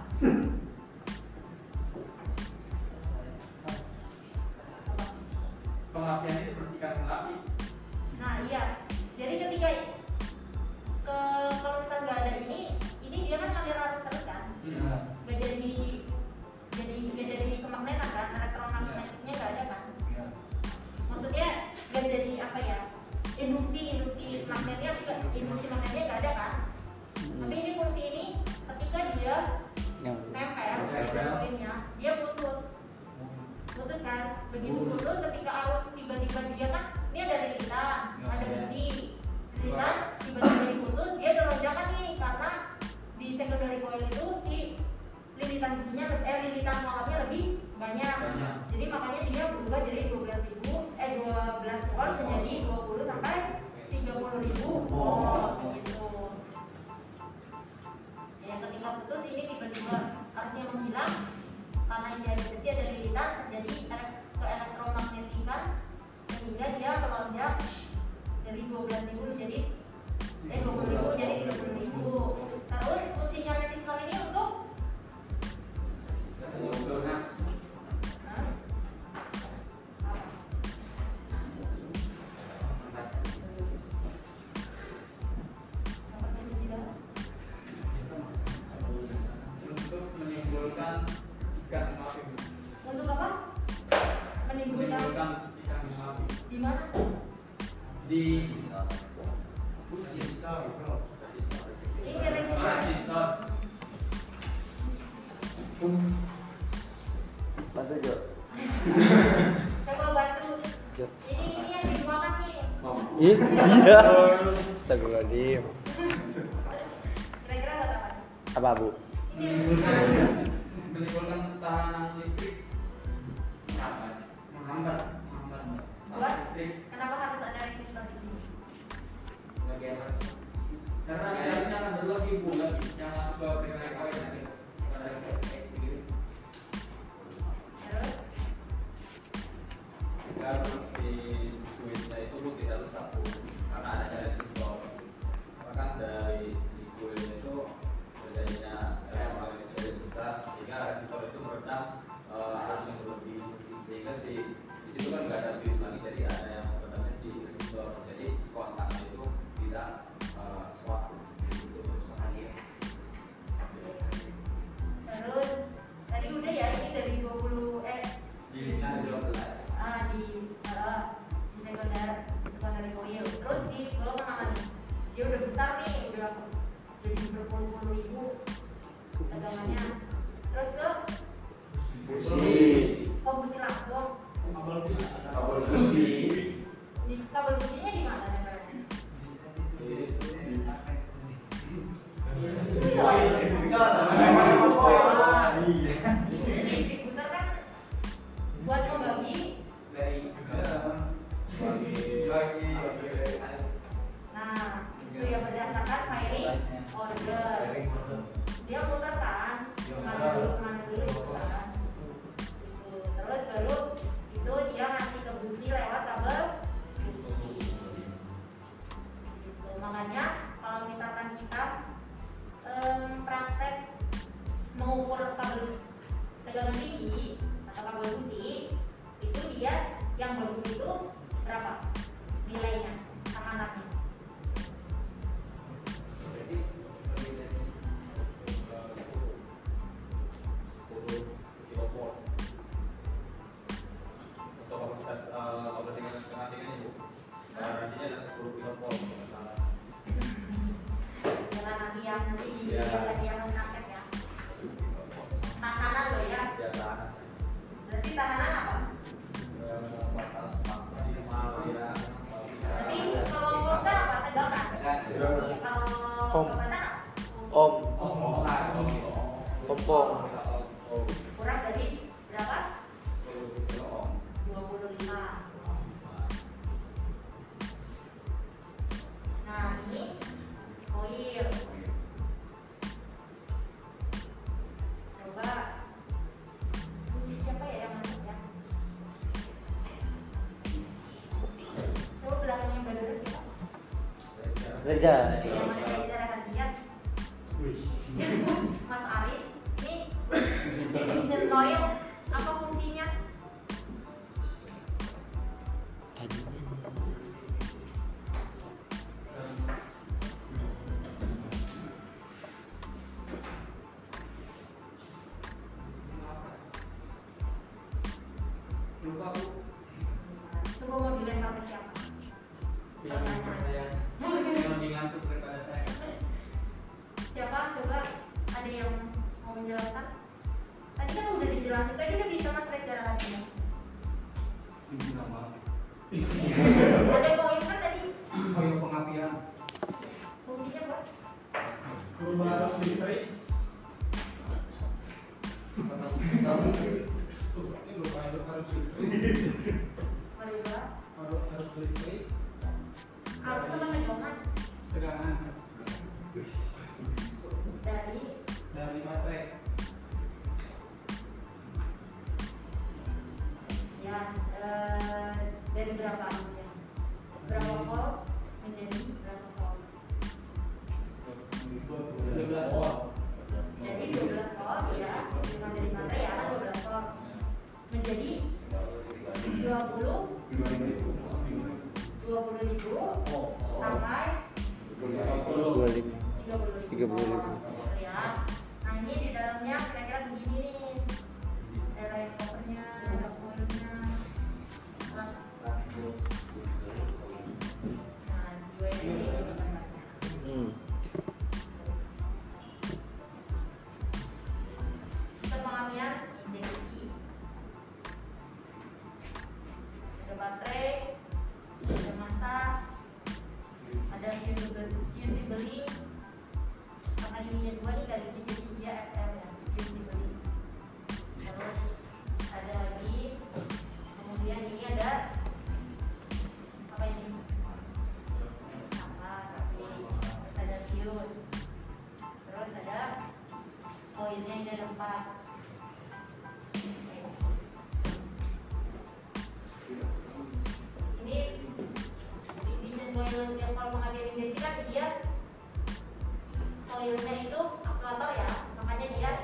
Apa? pengapian itu bersihkan pengapi Nah iya. Jadi ketika kalau misal nggak ada ini dia kan ngalir arus terus kan? Nggak jadi kemagnetan kan? Elektromagnetiknya nggak ada kan? Maksudnya nggak jadi apa ya? Induksi magnetnya nggak ada kan? Tapi ini fungsi ini ketika dia nempel ke poinnya dia putus kan? Begitu putus ketika arus tiba-tiba dia kan ini ada lilitan, ada besi, lilitan tiba-tiba diputus dia ada lonjakan nih karena di secondary coil itu si lilitan besinya lilitan molotnya lebih banyak. Jadi makanya dia berubah jadi 12 volt menjadi 20 sampai 30.000 volt gitu. Ya ketika putus ini tiba-tiba arusnya menghilang karena ini ada besi ada lilitan terjadi ke elektromagnetikan sehingga dia melonjak dari 12.000 menjadi 20.000 jadi 30.000. Terus fungsinya resistor ini untuk untuk menimbulkan ikan api untuk apa? Menimbulkan ikan api di mana? di Ini resistor. resistor Bantu Jo. Coba bantu. Jo. Ini yang digunakan nih. Iya. Astagfirullahaladzim. Kira-kira buat apa? Apa Bu? Ini menimbulkan tekanan listrik menghambat buat listrik kenapa harus ada resistor di sini? karena energinya akan berlebih Bu yang masuk ke primary coil nanti Terus Jika si switchnya itu tidak rusak Bu, karena adanya resistor. Maka dari si kuilnya itu terjadinya magnetik yang besar, sehingga resistor itu meredam arus yang berlebih, sehingga di situ kan nggak ada fuse lagi, jadi ada yang meredamnya di resistor, jadi si kontaknya itu tidak swap, itu rusak lagi. terus tadi udah ya, ini dari 20 Di 12. di sekundar coil. Terus di bawah mana nih? Dia udah besar nih, udah jadi berpuluh-puluh ribu tegangannya. Terus ke Busi. busi langsung. Kabel busi. Di kabel businya di mana tempelnya? Jadi distributor kan buat membagi. Nah, itu yang berdasarkan firing order. Dia muter kan, kemana dulu gitu kan. Gitu. Terus baru itu dia ngasih ke busi lewat kabel busi. Gitu. Makanya kalau misalkan kita praktek mengukur kabel tegangan tinggi atau kabel busi, itu dia yang bagus itu berapa nilainya tekanannya? Untuk kapasitas kabel tinggal Bu, toleransinya ada 10 kV kalau salah. Dengan nanti yang di Ya. yang angkat ya. Tahanan loh ya. Ya tahan. Berarti tahanan apa? Batas maksimal ya. Berarti kalau volt kan apa? Tegangan. Iya, kalau Ohm. kecepatan apa? Om. Ompong. Kurang dari berapa? 25. Nah, ini coil. Coba kunci siapa ya yang masuk ya? Coba belakangnya Mbak Doris ya. Reza. Yang masih bicara hadiah. Mas Aris, ini ignition coil apa fungsinya? Lupa Bu. Coba mau dilempar ke siapa? Yang saya lebih ngantuk daripada saya. Siapa? Coba ada yang mau menjelaskan? Tadi kan udah dijelasin, tadi udah bisa Mas Reza lagi ya? Ada poin kan tadi? Koil pengapian. Fungsinya apa? Berubah arus listrik. Ini berubah arus listrik. Merubah Arus listrik. arus apa tegangan Tegangan dari baterai. ya dari berapa ampere? Berapa volt menjadi berapa volt? 12 volt. Jadi 12 volt ya, cuma dari baterai ya kan 12 volt menjadi 20.000 sampai 25. 30.000 ya. Nah ini di dalamnya kira-kira begini nih, ada covernya, ada coilnya. Nah gue ini pengapian injeksi, ada baterai, ada massa, ada fusibility. Karena ininya 2 nih dari sini jadi dia FL ya, fusibility. Terus ada lagi, kemudian ini ada apa ini? Apa? Tapi ada fuse. Terus ada coil. Selanjutnya ini ada 4. Ini division toilet yang kalau mengambil indeks kan dia toiletnya itu aktuator ya, makanya dia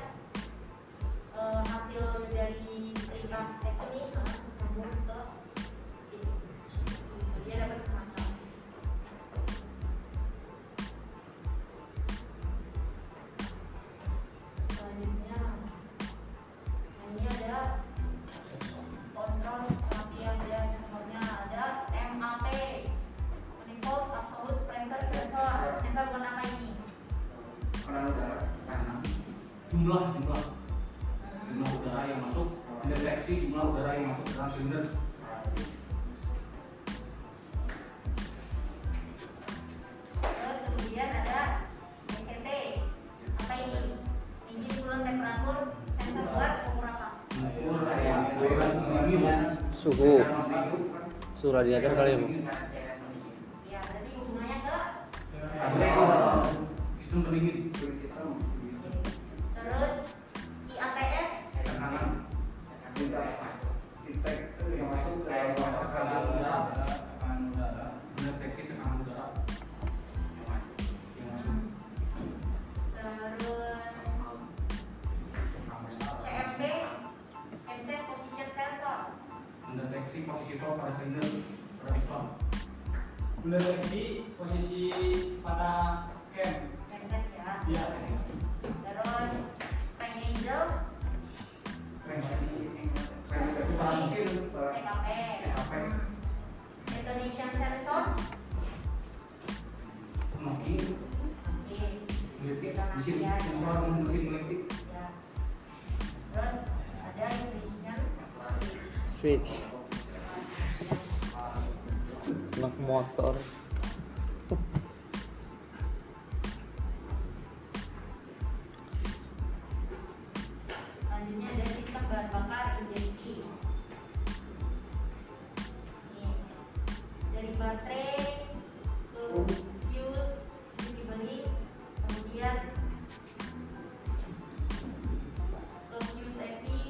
hasil dari perintah action ini nyambung ke sini, dia dapat kemasukan. Selanjutnya ini ada kontrol pengapian dan sensornya, ada MAP, manifold absolute pressure sensor. Sensor buat apa ini? Jumlah udara yang masuk, mendeteksi jumlah udara yang masuk ke dalam silinder. Terus kemudian ada ECT, apa ini? Engine coolant temperatur, sensor buat ukur apa? Ukur cairan pendingin. Suhu radiator kali ya, Bu? Ya, berarti hubungannya ke Sistem pendingin. terus IATS, Tekanan. yang masuk ke dalam Tekanan udara. Mendeteksi tekanan udara yang masuk. terus CFD, MSES position sensor. Mendeteksi posisi top pada silinder pada piston. mendeteksi posisi pada cam. MSES ya. Iya. Terus rank angel, CKP, detonation sensor, Knocking. oke, Melitik. detonasi Mesin ya. sensor mesin melitik. Ya. Terus ada ignition, Switch. Anak motor. selanjutnya ada sistem bahan bakar injeksi. Nih, dari baterai ke fuse dibeli, kemudian ke fuse EPI,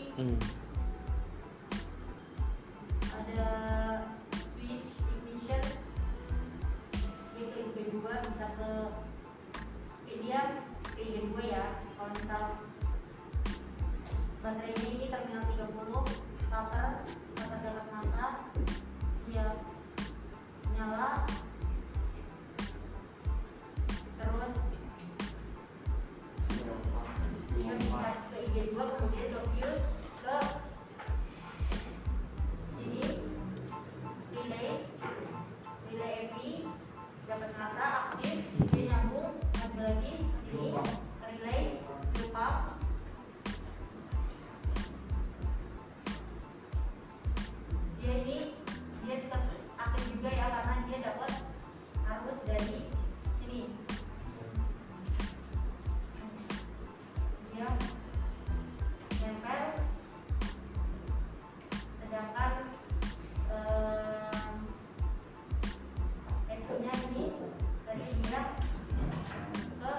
ada switch ignition, dia ke IG2 bisa ke dia ke IG2 ya. Kalau misal baterainya ini terminal 30, starter dapat mata, dia nyala, terus dia bisa ke IG2, kemudian ke fuse, ke ini relay EPI, dapat masa aktif, dia nyambung lagi sini ke relay lupa. Dia tetap aktif juga ya, karena dia dapat arus dari sini. Dia nempel, sedangkan actionnya ini tadi dia ke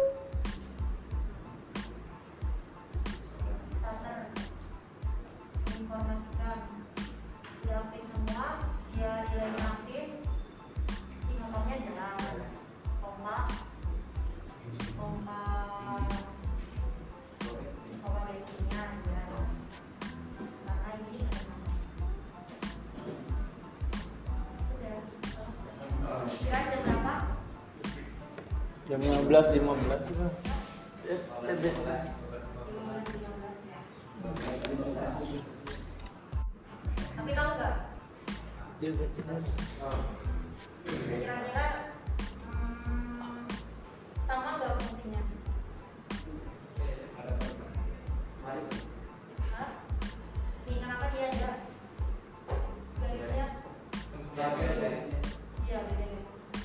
starter, menginformasikan dia aktif semua, dia relaynya aktif, si motornya jalan, pompa bensinnya jalan, karena ini udah kira jam berapa? Jam 15.15 itu. Tapi tahu nggak? Dia ganti lagi. Kira-kira sama nggak fungsinya? Hah? Nih, kenapa dia ada garisnya? Iya, beda guys.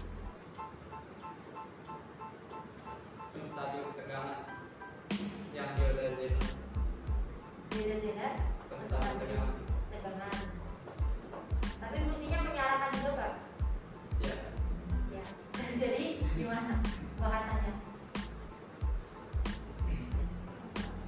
Stadium tegangan yang geodezin. Beda zona. Stadium Tegangan. Tapi fungsinya menyalakan juga kan? Ya. Ya. Jadi gimana bahasannya?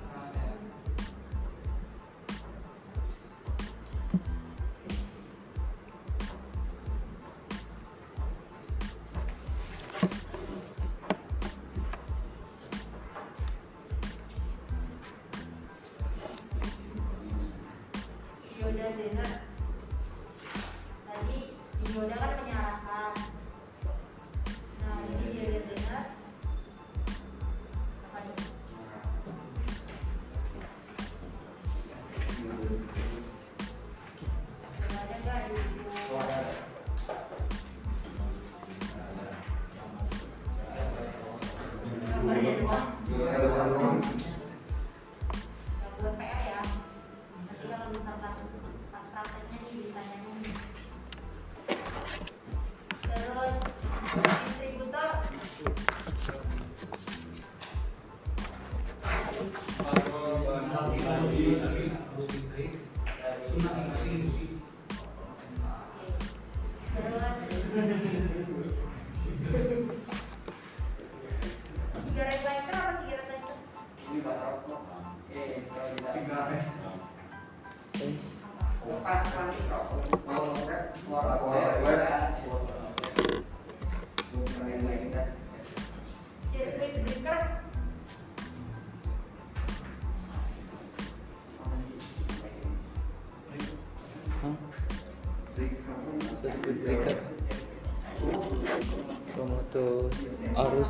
desainer. Tadi Yoda kan menyalahkan. Nah ini dia desainer. Apa nih? Ada nggak di buku? Gambarnya doang. Buat PR ya. Nanti kalau misalkan pas prakteknya nih ditanyain. Terus distributor. Sigaret lighter apa sigaret lighter? Ini batal kok. Kalau tidak Circuit breaker. Circuit breaker. Pemutus arus.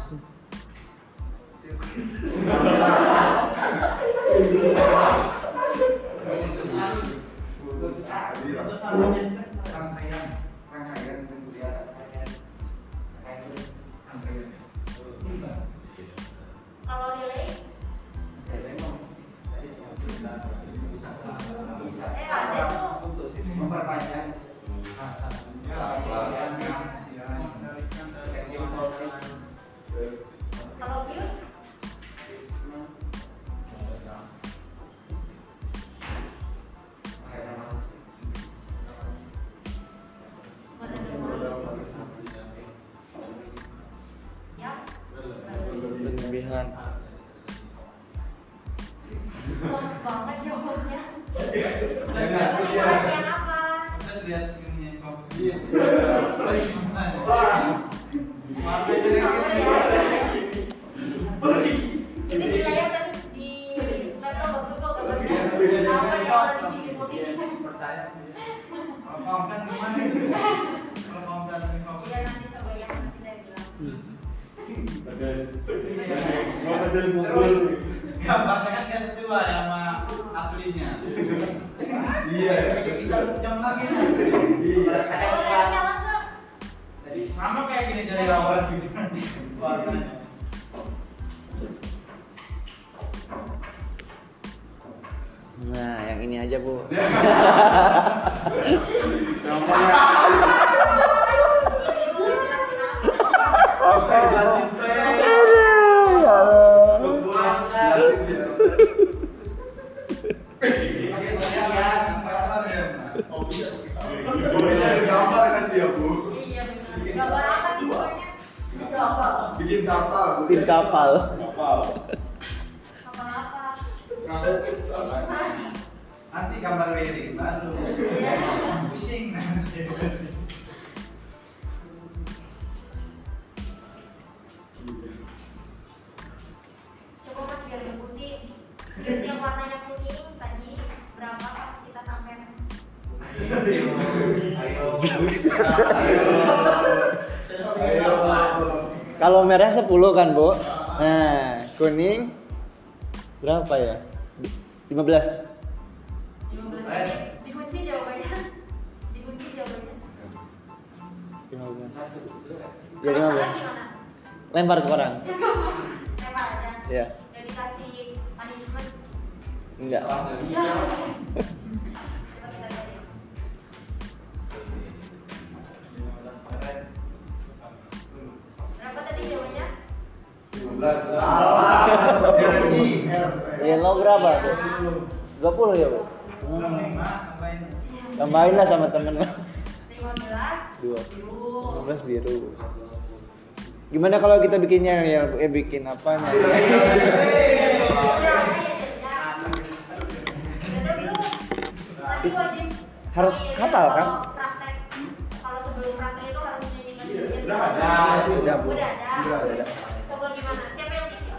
Kalau relay, ada tuh. memperpanjang Kalau fuse, ya. Berlebihan. Bagus banget jawabannya. Lihat. Yang apa? Terus lihat ini Iya. Ini di layar tapi di laptop bagus kok gambarnya. Apa yang kalau di sini posisinya? Percaya. Kalau konten gimana itu? Kalau konten Iya nanti coba ya nanti saya bilang. gambarnya kan nggak sesuai sama aslinya. Iya. Kita jam lagi. Iya. Kalau dari nyala nggak? Sama kayak gini dari awal juga. Warnanya. Nah, yang ini aja, Bu. Oke, jelasin gambar kan dia, Bu. Iya benar. Gambar apa sih sukanya? Bikin kapal. Tim kapal. Kapal. Kapal apa? Nanti gambar wedding baru. Pusing nanti. Coba mas biar gak pusing. Gas yang warnanya kuning tadi berapa pas kita sampai? Kalau merah 10 kan, Bu? Nah, kuning berapa ya? 15. 15. Dikunci jawabannya. Dikunci jawabannya. 15. Ya Kalau 15. salah gimana? Lempar ke orang. Lempar aja. Ya. Gak dikasih punishment. Enggak. Coba kita lihat. Berapa tadi jawabannya? 15. Janji. Yellow berapa? 20 ya, Bu? Tambahin lah sama temen lah. 15 Dua. biru. 15 biru. Gimana kalau kita bikinnya ya, bikin apa nih? Udah ada ya jadinya. Udah belum? Tapi wajib. Harus Iya, hafal, kan? kalau praktek. Kalau sebelum praktek itu harus nyanyikan diri. Udah ada. Udah, Bu. Udah ada. Udah ada. Coba gimana? Siapa yang video?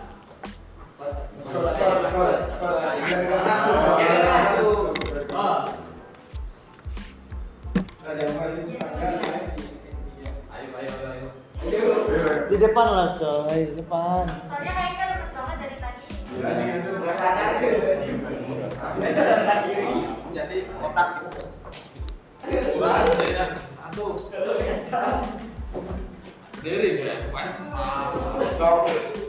Di depan lah coy, di depan. Soalnya kayaknya lemes banget dari tadi. Iya, ini itu Nggak sadar. jadi otak gitu. Bahas ya. Aduh. Diri ya, supaya